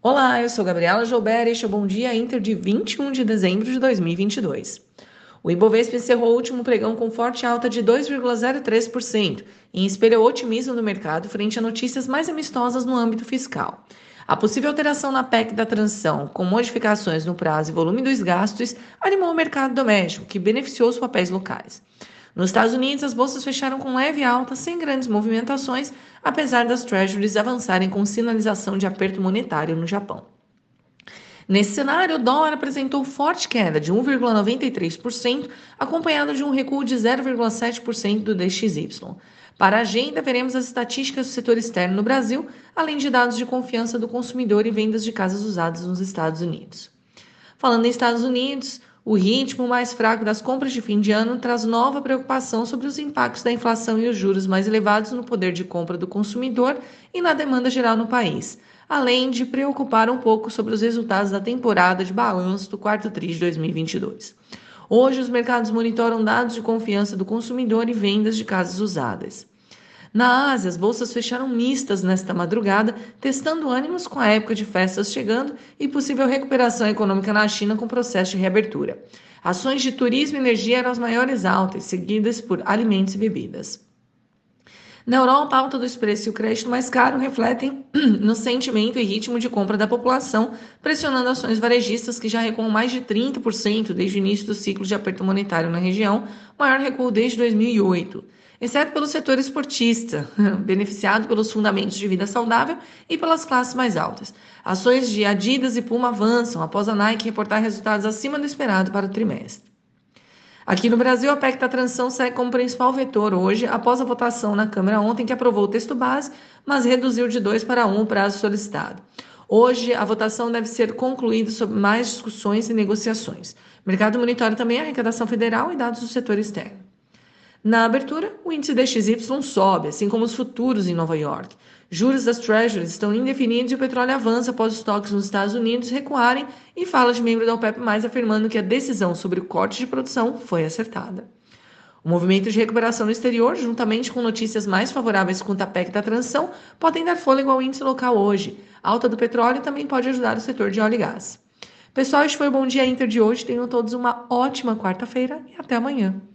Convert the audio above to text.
Olá, eu sou Gabriela Joubert e este é o Bom Dia Inter de 21 de dezembro de 2022. O Ibovespa encerrou o último pregão com forte alta de 2,03% e espelhou otimismo no mercado frente a notícias mais amistosas no âmbito fiscal. A possível alteração na PEC da transição, com modificações no prazo e volume dos gastos, animou o mercado doméstico, que beneficiou os papéis locais. Nos Estados Unidos, as bolsas fecharam com leve alta, sem grandes movimentações, apesar das treasuries avançarem com sinalização de aperto monetário no Japão. Nesse cenário, o dólar apresentou forte queda de 1,93%, acompanhado de um recuo de 0,7% do DXY. Para a agenda, veremos as estatísticas do setor externo no Brasil, além de dados de confiança do consumidor e vendas de casas usadas nos Estados Unidos. Falando em Estados Unidos, o ritmo mais fraco das compras de fim de ano traz nova preocupação sobre os impactos da inflação e os juros mais elevados no poder de compra do consumidor e na demanda geral no país, além de preocupar um pouco sobre os resultados da temporada de balanço do quarto tri de 2022. Hoje, os mercados monitoram dados de confiança do consumidor e vendas de casas usadas. Na Ásia, as bolsas fecharam mistas nesta madrugada, testando ânimos com a época de festas chegando e possível recuperação econômica na China com processo de reabertura. Ações de turismo e energia eram as maiores altas, seguidas por alimentos e bebidas. Na Europa, a alta dos preços e o crédito mais caro refletem no sentimento e ritmo de compra da população, pressionando ações varejistas que já recuam mais de 30% desde o início do ciclo de aperto monetário na região, maior recuo desde 2008. Exceto pelo setor esportista, beneficiado pelos fundamentos de vida saudável e pelas classes mais altas. Ações de Adidas e Puma avançam após a Nike reportar resultados acima do esperado para o trimestre. Aqui no Brasil, a PEC da transição segue como principal vetor hoje, após a votação na Câmara ontem, que aprovou o texto base, mas reduziu de 2 para 1 o prazo solicitado. Hoje, a votação deve ser concluída sob mais discussões e negociações. O mercado monitora também a arrecadação federal e dados do setor externo. Na abertura, o índice DXY sobe, assim como os futuros em Nova York. Juros das Treasuries estão indefinidos e o petróleo avança após os estoques nos Estados Unidos recuarem e fala de membro da OPEP+, afirmando que a decisão sobre o corte de produção foi acertada. O movimento de recuperação no exterior, juntamente com notícias mais favoráveis quanto à PEC da transição, podem dar fôlego ao índice local hoje. A alta do petróleo também pode ajudar o setor de óleo e gás. Pessoal, este foi o Bom Dia Inter de hoje. Tenham todos uma ótima quarta-feira e até amanhã.